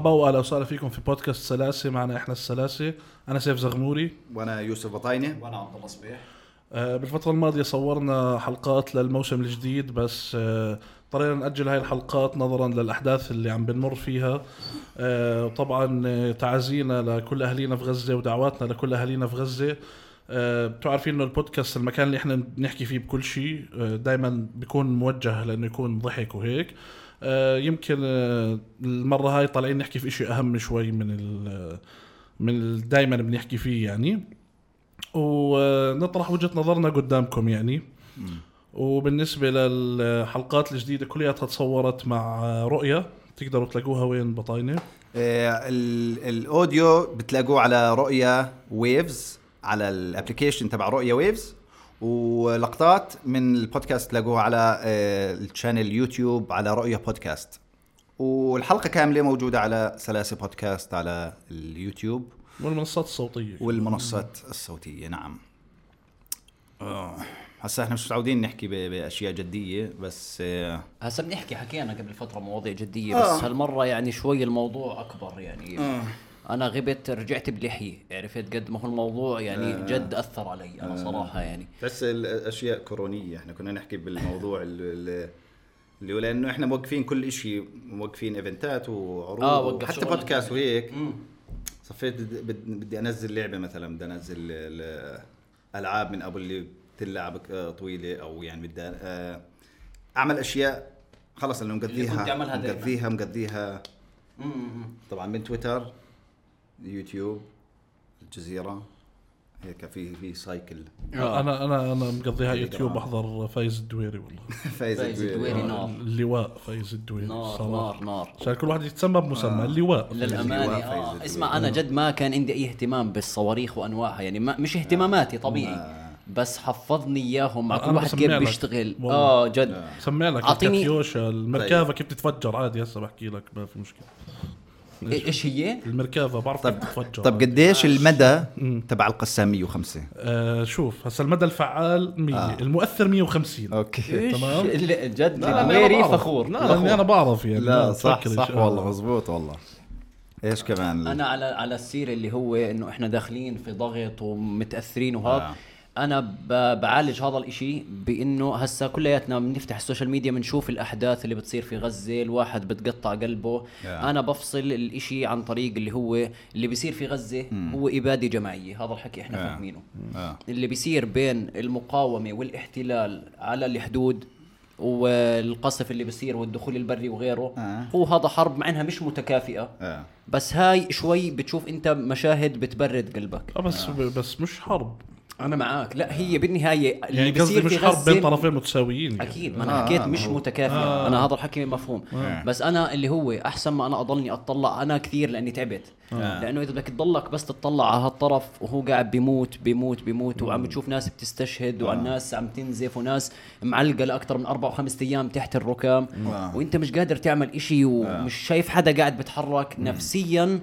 مرحبا وأهلا وسهلا فيكم في بودكاست سلاسة. معنا إحنا السلاسة، أنا سيف زغموري وأنا يوسف بطاينة وأنا عبد الله صبيح. بالفترة الماضية صورنا حلقات للموسم الجديد، بس اضطرينا نأجل هاي الحلقات نظرا للأحداث اللي عم بنمر فيها. طبعا تعازينا لكل أهلينا في غزة ودعواتنا لكل أهلينا في غزة. بتعرفين إنه البودكاست المكان اللي إحنا بنحكي فيه بكل شيء دايما بيكون موجه لأنه يكون ضحك وهيك. يمكن المرة هاي طالعين نحكي في إشي أهم شوي من دايما بنحكي فيه يعني، ونطرح وجهة نظرنا قدامكم يعني. وبالنسبة للحلقات الجديدة كلها تصورت مع رؤية، تقدروا تلاقوها وين بطاينة؟ الأوديو بتلاقوه على رؤية ويفز على الابليكيشن تبع رؤية ويفز، ولقطات من البودكاست تلاقوها على الشانل يوتيوب على رؤية بودكاست، والحلقة كاملة موجودة على سلاسة بودكاست على اليوتيوب والمنصات الصوتية. نعم. هسا احنا مش متعودين نحكي بأشياء جدية، بس هسا بنحكي حكينا قبل فترة مواضيع جدية، بس هالمرة يعني شوي الموضوع أكبر يعني. أنا غبت رجعت بلحية، عرفت قد ما هو الموضوع يعني جد أثر علي أنا صراحة يعني. بس الأشياء كورونية، احنا كنا نحكي بالموضوع اللي لأنه احنا موقفين كل إشي، موقفين إيفنتات وعروض حتى بودكاست وهيك. صفيت بدي أنزل لعبة مثلا، بدي أنزل ألعاب من أبو اللي بتلعب طويلة، أو يعني بدي أعمل أشياء خلص اللي مقضيها طبعا من تويتر، يوتيوب، الجزيرة، هيك في سايكل. انا مقضيها يوتيوب، احضر فايز الدويري والله. فايز الدويري نار. اللواء فايز الدويري نار عشان كل واحد يتسمى بمسمى. اللواء للأمانة. اسمع، أنا جد ما كان عندي أي اهتمام بالصواريخ وأنواعها يعني، مش اهتماماتي طبيعي. بس حفظني إياهم مع كل واحد كيف بيشتغل. جد سمع لك الكاتيوشا المركافة كيف تتفجر عادي. هسه بحكي لك ما في مشكلة. إيش هي المركافة؟ بعرف كيف تتفجر. طب قديش المدى تبع القسام؟ 105. شوف هسه المدى الفعال 100، المؤثر 150. اوكي تمام. جد دويري فخور. لا أنا بعرف يعني. لا صح والله مزبوط والله. ايش كمان انا على السير اللي هو انه احنا داخلين في ضغط ومتاثرين وهذا. انا بعالج هذا الاشي بانه هسا كلياتنا بنفتح السوشيال ميديا بنشوف الاحداث اللي بتصير في غزة، الواحد بتقطع قلبه. انا بفصل الاشي عن طريق اللي هو اللي بيصير في غزة هو ابادة جماعية. هذا الحكي احنا فاهمينه. اللي بيصير بين المقاومة والاحتلال على الحدود والقصف اللي بيصير والدخول البري وغيره، هو هذا حرب مع انها مش متكافئة. بس هاي شوي بتشوف انت مشاهد بتبرد قلبك. بس مش حرب. أنا معاك. لا هي بالنهاية يعني قصدي مش حرب بين طرفين متساويين يعني. أكيد ما أنا حكيت مش متكافئة. أنا هذا الحكي مفهوم. بس أنا اللي هو أحسن ما أنا أضلني أطلع أنا كثير لأني تعبت. لأنه إذا بدك تضلك بس تطلع على هالطرف وهو قاعد بيموت وعم تشوف ناس بتستشهد والناس عم تنزف وناس معلقة لأكثر من 4 و5 أيام تحت الركام، وإنت مش قادر تعمل إشي ومش شايف حدا قاعد بتحرك نفسيا،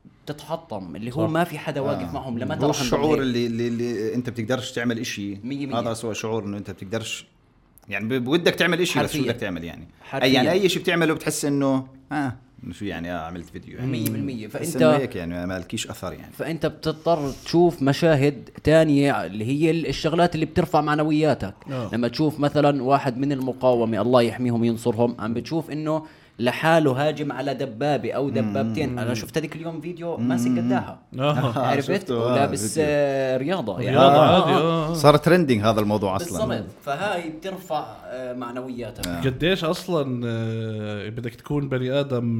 تتحطم اللي هو ما في حدا واقف معهم. لما ترى الشعور اللي انت بتقدرش تعمل إشي، هذا سوى شعور انه انت بتقدرش يعني بدك تعمل إشي بس شو بدك تعمل يعني يعني اي شيء بتعمله بتحس انه شو يعني عملت فيديو يعني 100%. فانت هيك يعني ما لكيش اثر يعني. فانت بتضطر تشوف مشاهد تانية اللي هي الشغلات اللي بترفع معنوياتك. لما تشوف مثلا واحد من المقاومة الله يحميهم ينصرهم عم بتشوف انه لحاله هاجم على دبابة أو دبابتين. أنا شفت هذيك اليوم فيديو ماسك قداها، عرفت، ولابس رياضة يعني عادي. صار ترندينج هذا الموضوع أصلا بالضبط. فهاي بترفع معنوياتك. قديش أصلا بدك تكون بني آدم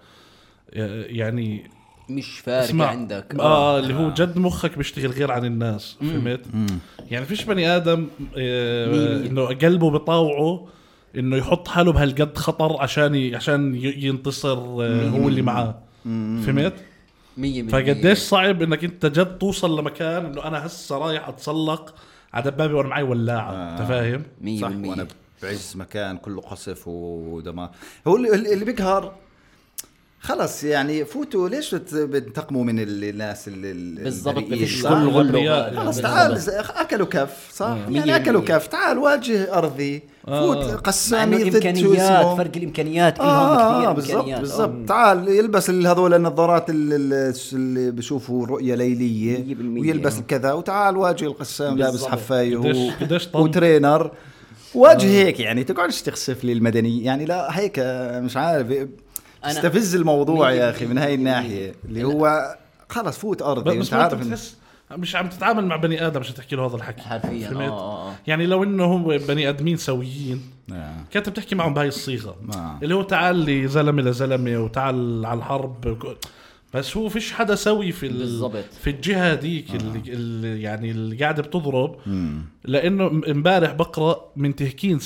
يعني مش فارق عندك اللي هو جد مخك بيشتغل غير عن الناس. فهمت؟ يعني فيش بني آدم إنه قلبه بطاوعه انه يحط حاله بهالقد خطر عشان ينتصر هو اللي معاه. فهمت؟ 100%. فقديش صعب انك انت جد توصل لمكان انه انا هسه رايح اتسلق على دبابه وانا معي ولاعه. انت فاهم؟ صح. وانا بعز مكان كله قصف ودمار. هو اللي بيقهر خلص يعني فوتوا ليش بتنتقموا من الناس بالضبط البريئين؟ كل غلو خلص تعال أكلوا كف صح يعني أكلوا كف تعال واجه أرضي فوت قسامي ضد الإمكانيات فرق الإمكانيات إلهم كثير بالضبط تعال يلبس هذول النظارات اللي بيشوفوا الرؤية ليلية ويلبس كذا وتعال واجه القسام لابس حفاية وترينر واجه هيك يعني تقعدش تخسف لي المدني يعني لا هيك مش عارف استفز الموضوع يا أخي من هاي الناحية اللي هو خلص فوت أرضي بس أنت بتحس مش عم تتعامل مع بني آدم عشان تحكي له هذا الحكي حرفيا يعني لو إنه هم بني آدمين سويين كنت بتحكي معهم بهاي الصيغة اللي هو تعال لي زلمة لزلمة وتعال على الحرب بس هو فيش حدا سوي في الجهة ديك اللي يعني اللي قاعدة بتضرب لأنه امبارح بقرأ من تهكين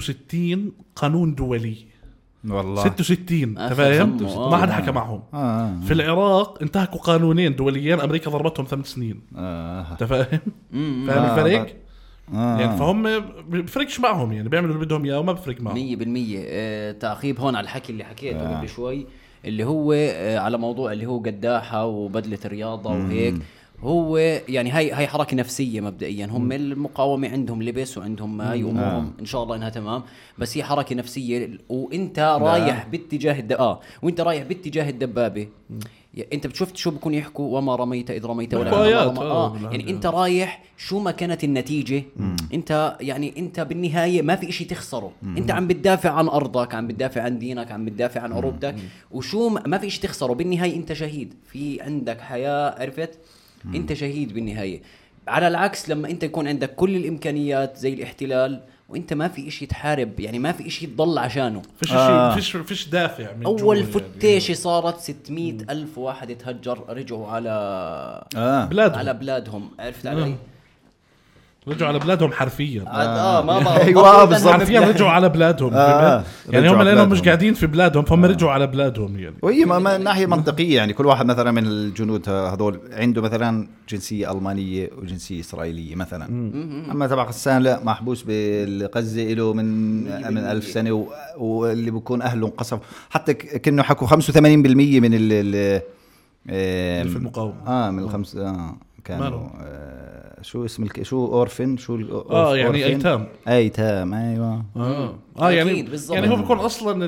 66 قانون دولي والله 66 تفاهم ما حد حكى معهم في العراق انتهكوا قانونين دوليين أمريكا ضربتهم 8 سنين تفاهم فاهم الفرق يعني فهم بفرقش معهم يعني بيعملوا اللي بدهم اياه وما بفرق معهم 100% تعقيب هون على الحكي اللي حكيته قبل شوي اللي هو على موضوع اللي هو قداحة وبدلة الرياضة وهيك هو يعني هاي حركة نفسية مبدئيا هم المقاومة عندهم لبس وعندهم هاي أمورهم إن شاء الله إنها تمام بس هي حركة نفسية وإنت رايح باتجاه وإنت رايح باتجاه الدبابة انت بتشوفت شو بكون يحكوا وما رميت اذ رميت ولا يعني انت رايح شو ما كانت النتيجه انت يعني انت بالنهايه ما في اشي تخسره انت عم بتدافع عن ارضك عم بتدافع عن دينك عم بتدافع عن عروبتك وشو ما في اشي تخسره بالنهايه انت شهيد في عندك حياه عرفت انت شهيد بالنهايه على العكس لما انت يكون عندك كل الامكانيات زي الاحتلال وانت ما في اشي تحارب يعني ما في اشي تضل عشانه فيش دافع من اول فتيشة صارت 600 ألف واحد تهجر رجعوا على بلادهم. على بلادهم عرفت علي رجعوا على بلادهم حرفيا ايوه بالضبط حرفيا رجعوا على بلادهم يعني هم لانهم مش قاعدين في بلادهم فهم رجعوا على بلادهم يعني وهي ما ناحيه منطقيه يعني كل واحد مثلا من الجنود هذول عنده مثلا جنسيه المانيه وجنسيه اسرائيليه مثلا اما تبع غسان لا محبوس بغزه له من 1000 سنه واللي بيكون اهله انقسم حتى كانه حكوا 85% من اللي في المقاومه من الخمسه كانوا شو اسم شو اورفن شو يعني ايتام ايوه يعني هو بيكون اصلا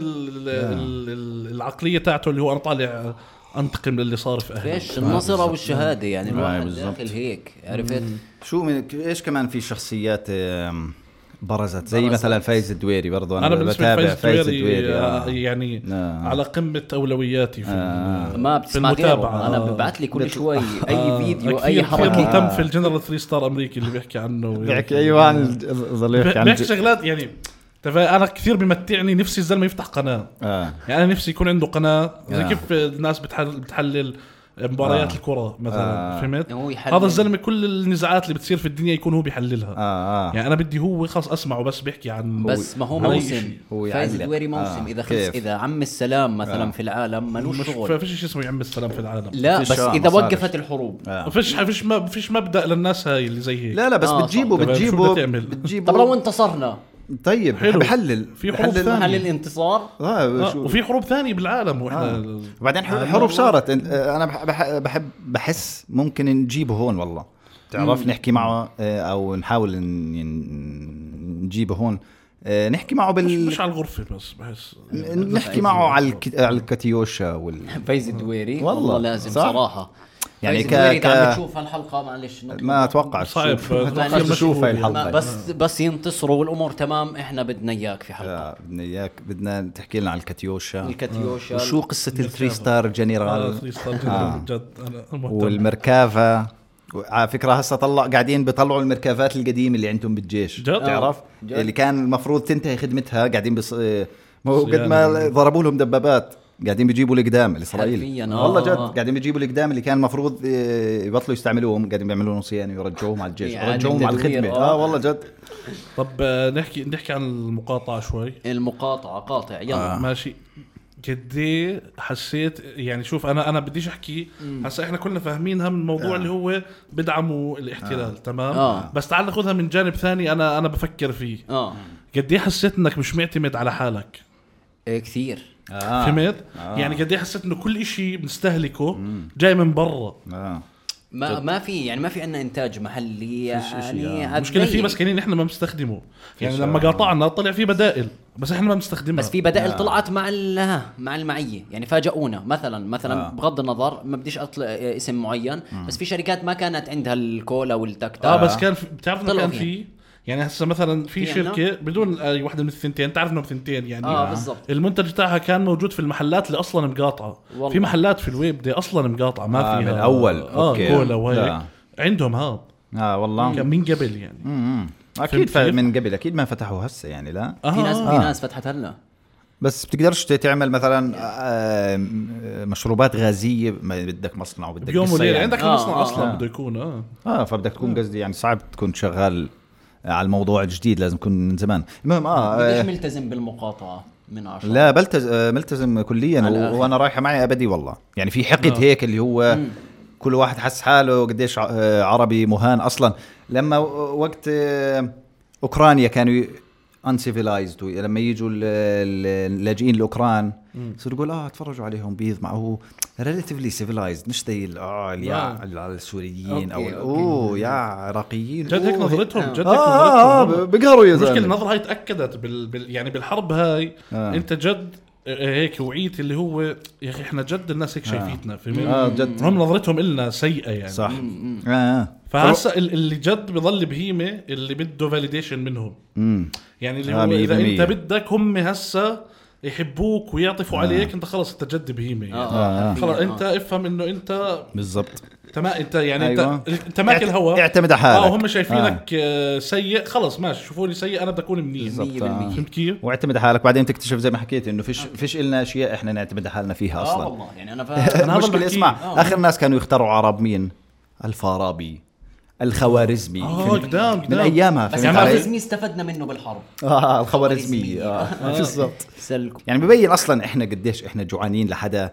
العقليه تاعته اللي هو انا طالع انتقم للي صار في اهلي فيش النصره والشهاده يعني الواحد داخل هيك عرفت شو من ايش كمان في شخصيات برزت زي مثلا فايز الدويري برضو انا بتابع فايز الدويري يعني على قمه اولوياتي في المتابعه انا ببعث لي كل شوي اي فيديو اي حركه مهتم في الجنرال 3 ستار امريكي اللي بيحكي عنه بيحكي ايوه عن بيحكي شغلات يعني انا كثير بيمتعني نفسي الزلمه يفتح قناه يعني انا نفسي يكون عنده قناه زي كيف الناس بتحلل مباريات الكرة مثلا فهمت هذا الزلمة كل النزاعات اللي بتصير في الدنيا يكون هو بيحللها يعني أنا بدي هو خلص أسمعه بس بيحكي عن بس ما هو موسم فايز الدويري موسم إذا خلص إذا عم السلام مثلا في العالم ملوش شغل فيش شيء اسمه عم السلام في العالم لا بس إذا وقفت الحروب فيش مبدأ للناس هاي اللي زي هيك لا بس بتجيبه طب لو انتصرنا طيب بحلل في حروب ثانية محل الانتصار وفي حروب ثانية بالعالم واحنا وبعدين حروب صارت انا بحس ممكن نجيبه هون والله تعرف نحكي معه او نحاول نجيبه هون نحكي معه مش على الغرفة بس بحس نحكي معه على الكاتيوشا فايز الدويري والله لازم صراحة يعني عم تشوف هالحلقه معلش ما اتوقع صعب نشوف هاي الحلقه بس ينتصروا والامور تمام احنا بدنا اياك في حلقه بدنا تحكي لنا على الكاتيوشا وشو قصه الثري ستار جنرال والمركافه على فكره هسه قاعدين بيطلعوا المركافات القديمه اللي عندهم بالجيش تعرف اللي كان المفروض تنتهي خدمتها قاعدين قد ما ضربوا لهم دبابات قاعدين بيجيبوا الإقدام الإسرائيلي والله جد قاعدين بيجيبوا الإقدام اللي كان مفروض يبطلوا يستعملوهم قاعدين بيعملوا لهم صيانة ويرجعوهم على الجيش ويرجعوهم على الخدمة والله جد. طب نحكي عن المقاطعة شوي. المقاطعة قاطع يلا ماشي. قدي حسيت يعني شوف أنا بديش أحكي هسا إحنا كلنا فاهمينها من الموضوع اللي هو بدعموا الاحتلال تمام بس تعال ناخذها من جانب ثاني أنا بفكر فيه قدي حسيت إنك مش معتمد على حالك كثير فهمت؟ يعني قد ايه حسيت انه كل اشي بنستهلكه جاي من برا. ما في يعني ما في عندنا انتاج محلي يعني المشكله فيه بس كانين احنا ما بنستخدمه يعني لما قاطعنا طلع في بدائل بس احنا ما بنستخدمها. بس في بدائل طلعت مع المعيه يعني فاجئونا مثلا بغض النظر ما بديش اطلع اسم معين بس في شركات ما كانت عندها الكولا والتكتا بس كان بتعرف انه كان في يعني هسه مثلا في شركه بدون اي وحده من الثنتين تعرف انه بثنتين يعني بالضبط. المنتج تاعها كان موجود في المحلات اللي اصلا مقاطعه والله. في محلات في الويب دي اصلا مقاطعه ما فيها من اول كولا وهيك عندهم والله كان من قبل يعني اكيد من قبل اكيد ما فتحوا هسه يعني لا في ناس فتحت هلا بس بتقدرش تعمل مثلا مشروبات غازيه ما بدك مصنع وبدك يوم وليله يعني. عندك المصنع اصلا بده يكون فبدك تكون قصدي يعني صعب تكون شغال على الموضوع الجديد لازم يكون من زمان. المهم بديش ملتزم بالمقاطعه من 10 لا ملتزم كليا وانا رايحه معي ابدي والله يعني في حقد هيك اللي هو كل واحد حس حاله قديش عربي مهان اصلا. لما وقت اوكرانيا كانوا uncivilized لما يجوا اللاجئين الاوكران صاروا يقول تفرجوا عليهم بيض معه relatively civilized مش زي السوريين او يا عراقيين جد هيك نظرتهم جد هيك نظرتهم بقهروا يا زلمه. مشكلة النظرة هاي تأكدت يعني بالحرب هاي انت جد هيك وعيت اللي هو يا اخي احنا جد الناس هيك شايفيتنا فهمت جد هم نظرتهم إلنا سيئة يعني صح. فهسه اللي جد بضل بهيمة اللي بده فاليديشن منهم يعني اللي هو اذا انت بدك هم هسه يحبوك ويعطفوا عليك انت خلص انت جد بهيمة يعني خلص انت افهم انه انت بالضبط انت يعني أيوة. انت ماكل هوا اعتمد على حالك هم شايفينك سيء خلص ماشي شوفوني سيء انا بدي اكون منيح فهمت كيف واعتمد على حالك بعدين تكتشف زي ما حكيت انه فيش إلنا اشياء احنا نعتمد على حالنا فيها اصلا والله يعني انا المشكله اسمع اخر ناس كانوا يختاروا عرب مين الفارابي الخوارزمي من ايامها بس الخوارزمي استفدنا منه بالحرب الخوارزمي بالضبط يعني ببين اصلا احنا قديش احنا جوعانين لحدا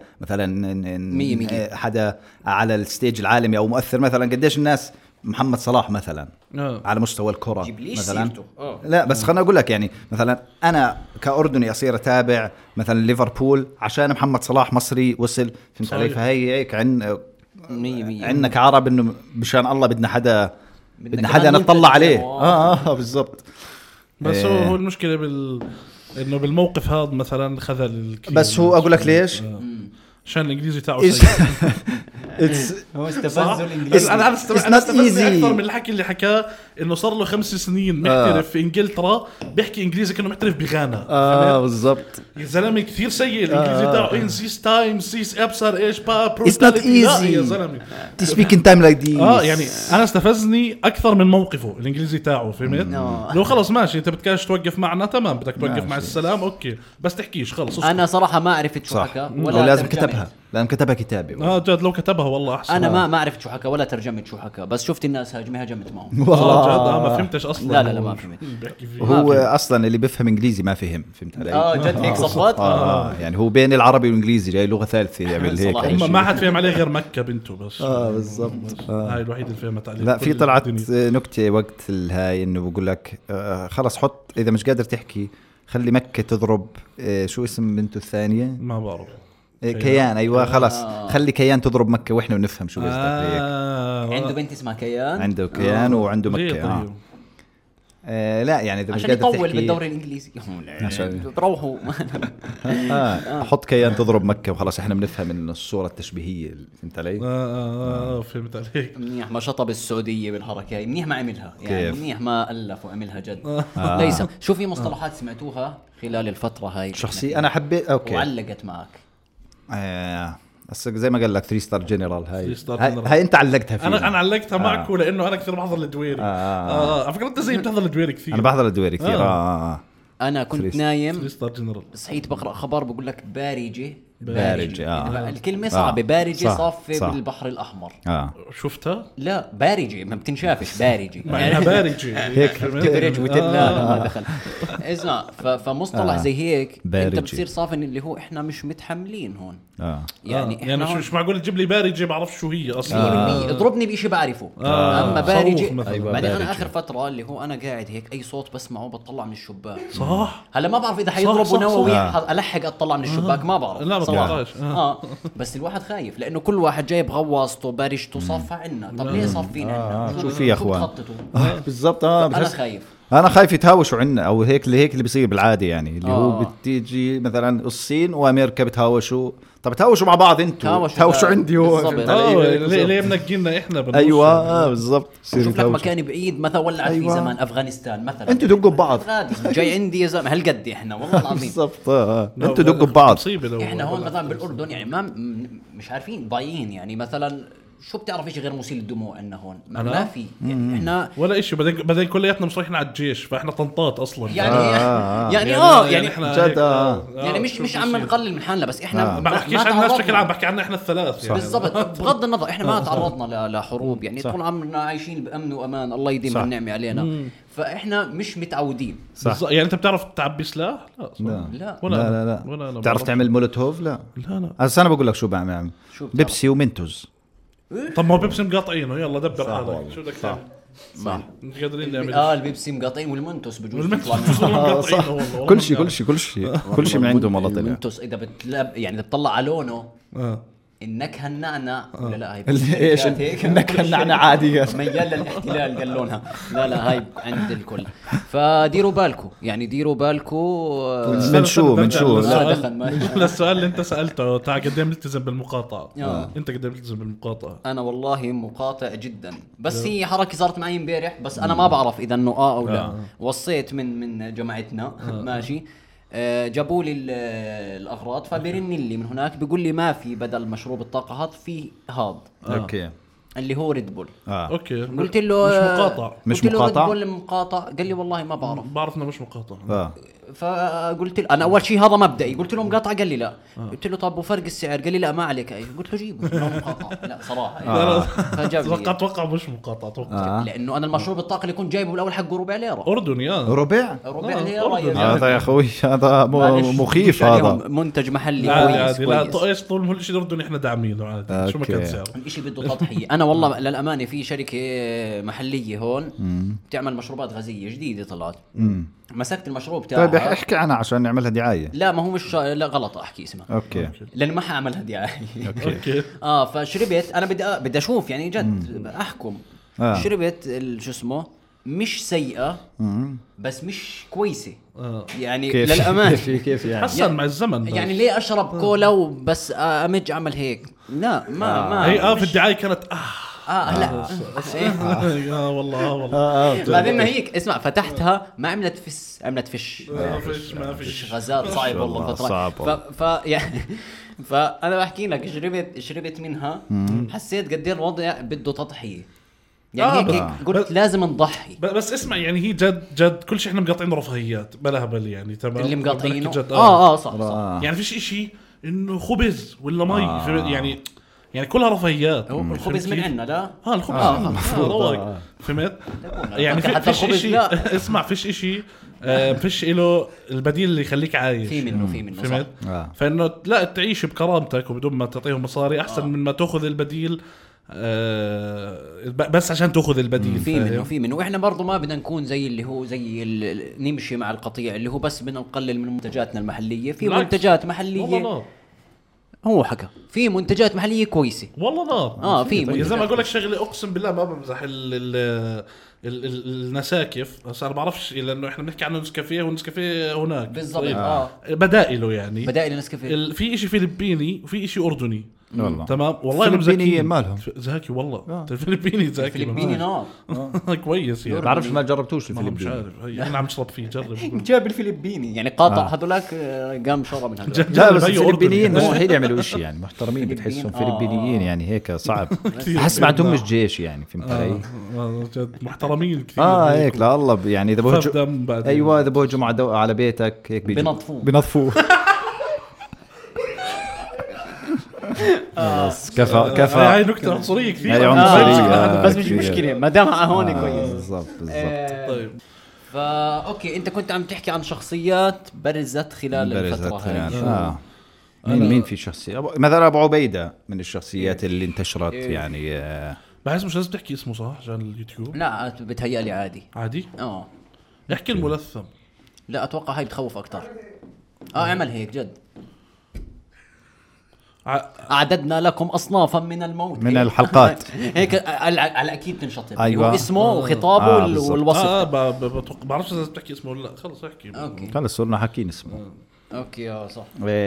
مثلا حدا على الستيج العالمي او مؤثر مثلا قديش الناس محمد صلاح مثلا على مستوى الكرة مثلا لا بس خلنا اقول لك يعني مثلا انا كأردني اصير اتابع مثلا ليفربول عشان محمد صلاح مصري وصل فهمت علي فهي هيك عندنا كعرب انه مشان الله بدنا حدا نطلع عليه بالضبط. بس هو المشكله انه بالموقف هذا مثلا خذل بس هو اقول لك ليش عشان الانجليزي تاعه سيء هو استفزوا الانجليزي انا استفزني اكثر من الحكي اللي حكاه انه صار له 5 سنين محترف في انجلترا بيحكي انجليزي كانه محترف بغانا بالضبط يا زلمه كثير سيء الانجليزي تاعه ان ذيس تايم ذيس ابصر ايش It's not easy يا زلمه to speak in time like this يعني انا استفزني اكثر من موقفه الانجليزي تاعه فهمت لو خلص ماشي انت بدكش توقف معنا تمام بدك توقف مع السلام اوكي بس تحكيش خلص انا صراحه ما عرفت شو حكى ولا لازم كتبها كتابه جد لو كتبها والله احسن انا ما عرفت شو حكى ولا ترجمت شو حكى بس شفت الناس هجمت معه جد ما فهمتش اصلا لا ما فهمت هو اصلا اللي بيفهم انجليزي ما فهمت علي جد هيك صفات يعني هو بين العربي والانجليزي جاي لغه ثالثه يعمل هيك ما حد فهم عليه غير مكه بنته بس بالضبط هاي الوحيده اللي فهمت عليه. لا في طلعت نكته وقت الهاي انه بقول لك خلص حط اذا مش قادر تحكي خلي مكه تضرب شو اسم بنته الثانيه ما بعرف كيان ايوه خلاص خلي كيان تضرب مكه واحنا بنفهم شو قصدك هيك عنده بنت اسمها كيان عنده كيان وعنده مكه لا يعني اذا مش قادر يطول بالدوري الانجليزي بروحوا حط كيان تضرب مكه وخلاص احنا بنفهم من الصوره التشبيهيه فهمت علي فهمت عليك. منيح ما شطب السعوديه بالحركه هي منيح ما عملها يعني منيح ما الف وعملها جد ليس شو في مصطلحات سمعتوها خلال الفتره هاي شخصي انا حبيت اوكي وعلقت معك بس زي ما قال لك 3 ستار جنرال هاي انت علقتها فيها انا علقتها معك لانه انا كثير بحضر الدويري على فكره انت زي بتحضر الدويري كثير انا بحضر الدويري كثير انا كنت نايم 3 ستار جنرال صحيت بقرا خبر بقول لك بارجه بارجي. الكلمة صعبة. بارجي صافة بالبحر الأحمر. شفتها؟ لا بارجي ما بتنشافش. بارجي معناها بارجي هيك تدرج وتلا ما دخل. اسمع فمصطلح زي هيك بارجي. انت بتصير صافي اللي هو احنا مش متحملين هون. يعني مش معقول تجيب لي بارجي بعرف شو هي اصلا. اضربني بشيء بعرفه. اما بارجي أيوة بعدين انا اخر فتره اللي هو انا قاعد هيك اي صوت بسمعه بطلع من الشباك. صح. هلا ما بعرف اذا حيضربوا نووي الحق اطلع من الشباك ما بعرف. لا ما بعرفش. بس الواحد خايف لانه كل واحد جايب غواصته بارجته صافة عنا. طب ليه صافين عنا؟ شو في يا اخوان بالضبط. انا خايف. انا خايف يتهاوشوا عنا او هيك اللي بيصير بالعاده يعني اللي هو بتيجي مثلا الصين وامريكا بتهاوشوا. طب تهاوشوا مع بعض انتوا تهاوشوا عندي هون. ليه منقينا احنا ايوه بالضبط. شوف لك مكان بعيد مثلا ولعت في زمان افغانستان مثلا انتوا دقوا ببعض جاي عندي يا زلمه هالقد احنا والله العظيم بالضبط. انتوا دقوا ببعض. احنا هون مثلا بالاردن يعني ما مش عارفين ضايعين يعني مثلا شو بتعرف إشي غير مسيل الدموع عندنا هون ما في يعني احنا ولا إشي. بدين كلياتنا مش رايحين على الجيش فاحنا طنطات اصلا يعني احنا جد يعني مش عم نقلل من حالنا بس احنا ما بحكيش عن الناس بشكل عام بحكي عنا احنا الثلاث يعني. بالضبط. بغض النظر احنا ما تعرضنا لحروب يعني طول عمرنا عايشين بأمن وأمان الله يديم النعمة علينا فاحنا مش متعودين. يعني انت بتعرف تعبي سلاح؟ لا ولا بتعرف تعمل مولوتوف؟ لا انا بقول لك شو بعمل بيبسي ومنتوز. طب ما هو بيبسي مقاطعينه يلا دبر حالك شو بدك تعمل؟ صح مش قادرين نعمل البيبسي مقاطعين والمنتوس بجوز كل شيء من عندهم والله. المنتوس اذا يعني بتطلع على لونه النكهه النعناع ولا لا هاي ايش النكهه النعناع عاديه ميال للاحتلال قال لونها لا هاي عند الكل. فديروا بالكم يعني ديروا بالكم من شو السؤال اللي انت سالته تاع قد ايه ملتزم بالمقاطعه. انت قد ايه ملتزم بالمقاطعه؟ انا والله مقاطع جدا بس هي حركه صارت معي امبارح بس انا ما بعرف اذا انه او لا. وصيت من جماعتنا ماشي جابوا لي الاغراض فبيرن لي من هناك بيقول لي ما في بدل مشروب الطاقه هذا في هذا اوكي اللي هو ريد بول. اوكي قلت له مش مقاطع ريد بول مقاطع قال لي والله ما بعرف انه مش مقاطع. فقلت له انا اول شيء هذا مبدئي قلت له مقاطع قال لي لا. قلت له طب وفرق السعر قال لي لا ما عليك اي. قلت له جيبه مقاطع لا صراحه فجاب لي اتوقع مش مقاطع اتوقع لانه انا المشروب الطاقه اللي كنت جايبه بالاول حقه ربع ليره اردني ربع ليره هذا يا اخوي هذا مخيف هذا منتج محلي كويس لا ايش طول ما الشيء الاردني احنا داعمينه عادي شو ما كان سعره الشيء بده تضحيه. انا والله للامانه في شركه محليه هون بتعمل مشروبات غازيه جديده طلعت مسكت المشروب تاعها. طيب احكي عنها عشان نعملها دعايه. لا ما هو مش لا غلط احكي اسمها اوكي لان ما حاعملها دعايه اوكي فشربت انا بدي اشوف يعني جد احكم شربت شو اسمه مش سيئه بس مش كويسه يعني للامانه كيف يعني حسن مع الزمن بس. يعني ليه اشرب كولا وبس امج اعمل هيك لا ما هي في الدعايه كانت لا يا والله بعدين هيك اسمع فتحتها ما عملت فش ما فيش غازات صعب والله فتره يعني فانا بحكي لك شربت منها حسيت قد ايه الوضع بده تضحيه يعني هيك قلت لازم نضحي بس اسمع يعني هي جد كل شيء احنا مقاطعين رفاهيات بلا هبل يعني تمام اللي مقاطعينه صح يعني فيش اشي انه خبز ولا مي يعني كلها رفاهيات. الخبز من عندنا لا الخبز فهمت يعني فيش اشي اسمع فيش اشي فيش له البديل اللي يخليك عايش في منه فهمت فانه لا تعيش بكرامتك وبدون ما تعطيهم مصاري احسن من ما تاخذ البديل بس عشان تاخذ البديل. في منه واحنا برضو ما بدنا نكون زي اللي هو نمشي مع القطيع اللي هو بس بدنا نقلل من منتجاتنا المحليه. في منتجات محليه هو حكى في منتجات محليه كويسه والله نار في يا زلمه اقول لك شغله اقسم بالله ما بمزح النساكف بس انا بعرفش لانه احنا بنحكي عنه نسكافيه والنسكافيه هناك بالضبط بدائله يعني بدائل النسكافيه في شيء فلبيني وفي شيء اردني والله تمام والله الفلبيني مالهم زاكي والله الفلبيني زاكي نار كويس يعني بعرفش ما جربتوش الفلبيني مش عارف انا عم نشرب فيه جرب جاب الفلبيني يعني قاطع هذولاك قام شرب من هذول لا بس الفلبينيين مستحيل يعملوا شيء يعني محترمين بتحسهم فلبينيين يعني هيك صعب حس ما عندهم مش جيش يعني فهمت علي جد محترمين كثير هيك لا الله يعني اذا ايوه اذا بهجموا على بيتك هيك بنظفوه كفى هاي نكتة عنصرية كثير. هاي عنصرية بس مش مشكلة ما دام هون كويس. بالضبط. طيب اوكي انت كنت عم تحكي عن شخصيات برزت خلال الفترة هاي. مين في شخصية مثلا ابو عبيدة من الشخصيات اللي انتشرت يعني بحس مش لازم تحكي اسمه صح عشان اليوتيوب. لا بتهيألي عادي يحكي الملثم. لا اتوقع هاي بتخوف اكتر. اعمل هيك جد. أعددنا لكم أصنافا من الموت من الحلقات هيك على أكيد تنشطب. أيوة. اسمه وخطابه والوصف. بعرفش إذا تحكي اسمه ولا لا. خلص احكي. خلص صرنا حاكين اسمه. أوكي صح.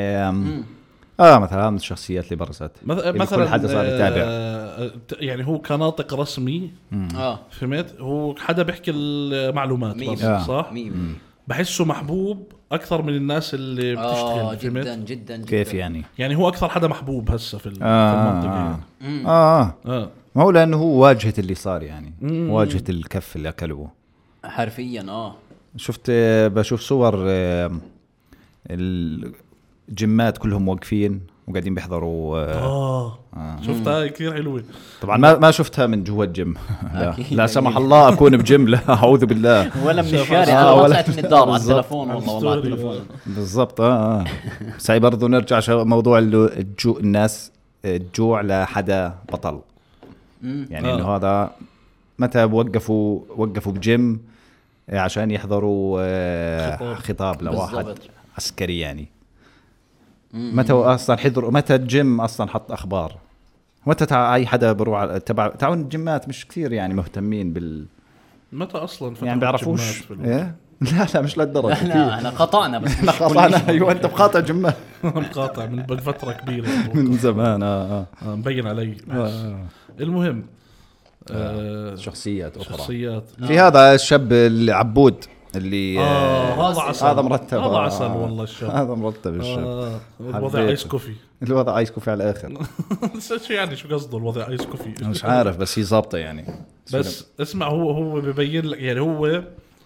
مثلا الشخصيات اللي برزت مثلا كل حدا صار يتابع. يعني هو كناطق رسمي. فهمت. هو حدا بيحكي المعلومات بس صح. بحسه محبوب اكثر من الناس اللي بتشتغل. جدا جدا جدا. كيف يعني هو اكثر حدا محبوب هسه في المنطقه. ما هو لانه هو واجهه اللي صار يعني واجهه الكف اللي اكلوه حرفيا. شفت بشوف صور الجيمات كلهم واقفين وقاعدين بيحضروا. شفتها كثير حلوه. طبعا ما شفتها من جوا الجيم. لا سمح الله اكون بجيم. لا اعوذ بالله. ولا من الشارع ولا طلعت من الدار على التلفون. والله على التلفون بالضبط. بس هي برضه نرجع موضوع الناس الجوع لحدا بطل. يعني انه هذا متى وقفوا بجيم عشان يحضروا خطاب لواحد عسكري يعني. متى اصلا حضروا متى الجيم اصلا حط اخبار. متى اي حدا بروح تعاون الجيمات مش كثير يعني مهتمين متى اصلا يعني بيعرفوش. إيه؟ لا مش للدرجه. لا احنا قطعنا بس احنا قطعنا. ايوه انت مقاطع جيمات. مقاطع من فتره كبيره من زمان. مبين علي. المهم شخصيات اخرى. في هذا الشاب العبود اللي هذا مرتب. هذا عسل والله الشاب. هذا مرتب الشاب. الوضع ايس كوفي. الوضع ايس كوفي على الاخر. شو يعني شو قصده الوضع ايس كوفي؟ مش عارف بس هي ظابطه يعني. بس اسمع هو ببين لك يعني هو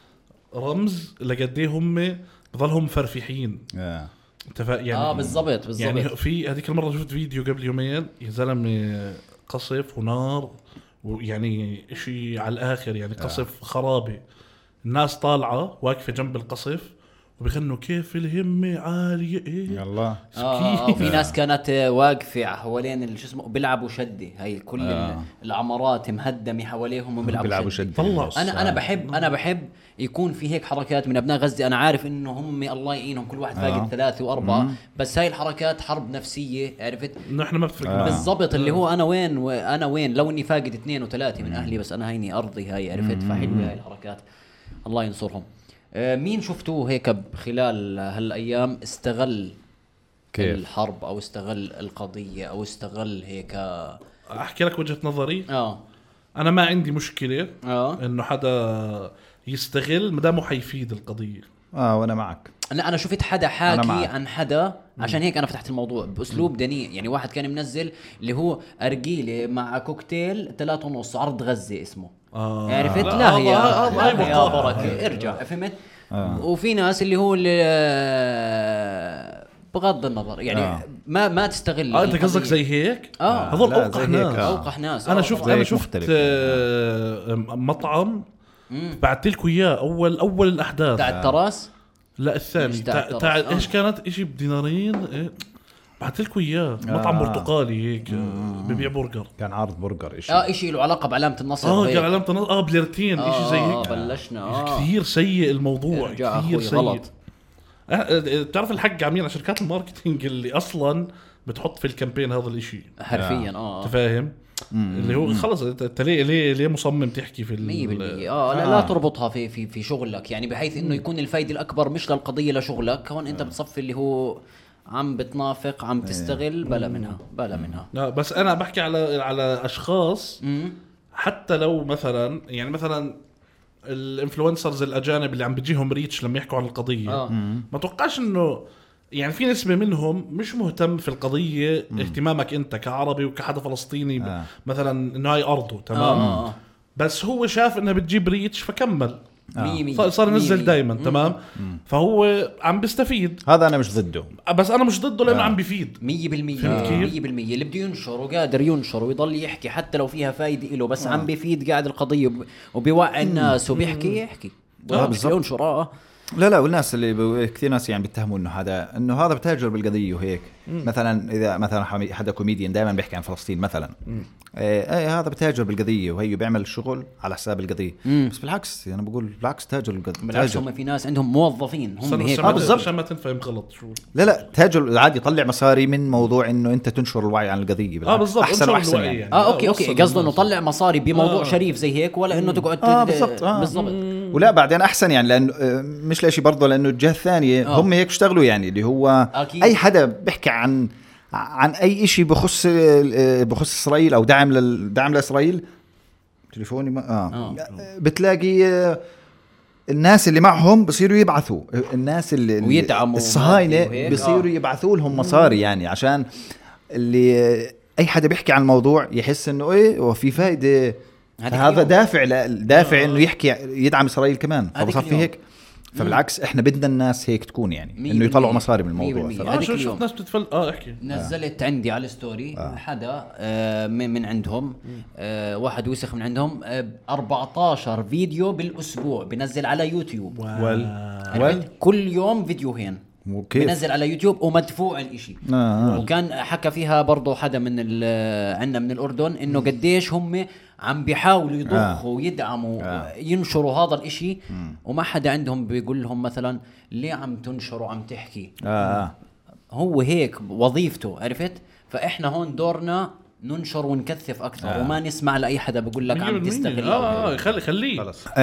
رمز لقد ايه هم بضلهم فرفيحين. يعني بالضبط. يعني في هذيك المره شفت فيديو قبل يومين يا زلمه قصف ونار ويعني اشي على الاخر يعني قصف خرابي. الناس طالعه واقفه جنب القصف وبيغنوا كيف الهمه عاليه. يلا في ناس كانت واقفه حوالين شو اسمه بيلعبوا شده. هاي كل العمارات مهدمه حواليهم وبيلعبوا شده. انا بحب يكون في هيك حركات من ابناء غزه. انا عارف انه هم الله يعينهم كل واحد فاقد 3 و4 بس هاي الحركات حرب نفسيه. عرفت نحن ما بفرق بالضبط. اللي هو انا وين لو اني فاقد 2 و3 من اهلي بس انا هيني ارضي. هاي عرفت. فحلوه هاي الحركات الله ينصرهم. مين شفتوه هيك خلال هالايام استغل كيف الحرب او استغل القضيه او استغل هيك؟ احكي لك وجهة نظري. انا ما عندي مشكله انه حدا يستغل مدامه حيفيد القضيه. وانا معك. انا شفت حدا حاكي عن حدا عشان هيك انا فتحت الموضوع باسلوب دنيء. يعني واحد كان منزل اللي هو ارجيله مع كوكتيل 3.5 عرض غزه اسمه. عرفت. لا هي يا بركه ارجع. فهمت. وفي ناس اللي هو اللي بغض النظر يعني ما تستغل. انت قصدك زي هيك. هذول اوقح ناس. انا شفت مطعم بعت لكم اياه اول الاحداث تاع التراس. لا الثاني تاع ايش كانت اشي بدينارين. بعت لكم اياه مطعم برتقالي هيك ببيع برجر. كان عارض برجر اشي له علاقه بعلامه النصر. كان علامه النصر بليرتين اشي زي هيك. بلشنا كثير سيء الموضوع. كثير سيء غلط. بتعرف الحق عمين على شركات الماركتينج اللي اصلا بتحط في الكامبين هذا الاشي حرفيا. انت فاهم اللي هو خلص انت ليه مصمم تحكي في 100%. لا تربطها في شغلك يعني بحيث انه يكون الفايده الاكبر مش للقضيه لشغلك. هون انت بتصفي اللي هو عم بتنافق عم تستغل. بلا منها. لا بس انا بحكي على اشخاص حتى لو مثلا يعني مثلا الانفلونسرز الاجانب اللي عم بيجيهم ريتش لما يحكوا عن القضيه. ما توقعش انه يعني في نسبه منهم مش مهتم في القضيه اهتمامك انت كعربي وكحدا فلسطيني مثلا انه هاي ارضه تمام. بس هو شاف انها بتجيب ريتش فكمل. صار ينزل دائما تمام. فهو عم بيستفيد. هذا انا مش ضده، بس انا مش ضده لانه عم بيفيد 100%. 100% اللي بده ينشر وقادر ينشر ويضل يحكي حتى لو فيها فايده له، بس عم بيفيد قاعد القضيه وبيوعي الناس وبيحكي يحكي ينشر. لا والناس اللي كثير ناس يعني بيتهموا انه هذا بتاجر بالقضيه وهيك. مثلا اذا مثلا حدا كوميديان دائما بيحكي عن فلسطين مثلا، هذا بتاجر بالقضيه وهي بيعمل شغل على حساب القضيه. بس بالعكس انا بقول بالعكس تاجر القضيه. بالعكس هم في ناس عندهم موظفين هم هيك بالضبط عشان ما تنفهم غلط. شو لا تاجر عادي يطلع مصاري من موضوع انه انت تنشر الوعي عن القضيه. بالضبط احسن يعني. اوكي قصده انه طلع مصاري بموضوع شريف زي هيك، ولا انه تقعد بالضبط. ولا بعدين احسن يعني، لانه مش لشيء برضه، لانه الجهه الثانيه هم هيك اشتغلوا يعني، اللي هو أكيد. اي حدا بيحكي عن اي شيء بخص اسرائيل او دعم لاسرائيل، تليفوني بتلاقي الناس اللي معهم بصيروا يبعثوا، الناس اللي ويدعموا الصهاينه بصيروا يبعثوا لهم مصاري يعني، عشان اللي اي حدا بيحكي عن الموضوع يحس انه وفي فائده. هذا دافع انه يحكي يدعم اسرائيل كمان. فبصير في هيك. فبالعكس احنا بدنا الناس هيك تكون يعني انه يطلعوا مصاري من الموضوع. شفت ناس بتتفل احكي نزلت عندي على الستوري حدا من عندهم واحد وسخ من عندهم 14 فيديو بالاسبوع بنزل على يوتيوب. كل يوم فيديوهين بنزل على يوتيوب ومدفوع الاشي. وكان حكى فيها برضو حدا من عندنا من الأردن انه قديش هم عم بيحاولوا يضخوا ويدعموا ينشروا هذا الاشي، وما حدا عندهم بيقول لهم مثلا ليه عم تنشروا عم تحكي. هو هيك وظيفته، عرفت؟ فاحنا هون دورنا ننشر ونكثف اكثر وما نسمع لاي حدا بيقول لك عم تستغل. خليه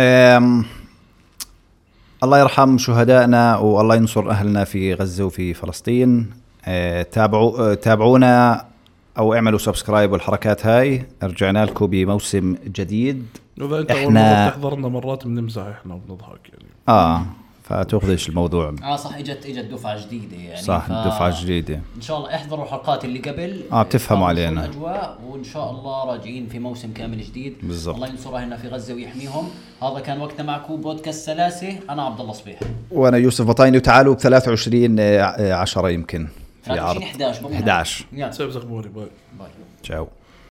الله يرحم شهدائنا والله ينصر أهلنا في غزة وفي فلسطين. تابعونا أو اعملوا سبسكرايب والحركات هاي. رجعنا لكم بموسم جديد. إذا أنت احنا تحضرنا مرات بنمزح احنا وبنضحك يعني. فتأخذش الموضوع. صح اجت دفعة جديدة يعني. صح دفعة جديدة. ان شاء الله احضروا الحلقات اللي قبل بتفهموا علينا الأجواء، وان شاء الله راجعين في موسم كامل جديد. بالزبط. الله ينصر اهلنا في غزة ويحميهم. هذا كان وقتنا معكم بودكاست سلاسة. انا عبد الله صبيح وانا يوسف بطايني. وتعالوا ب 23/10 يمكن في عرض 11 11. باي. تشاو.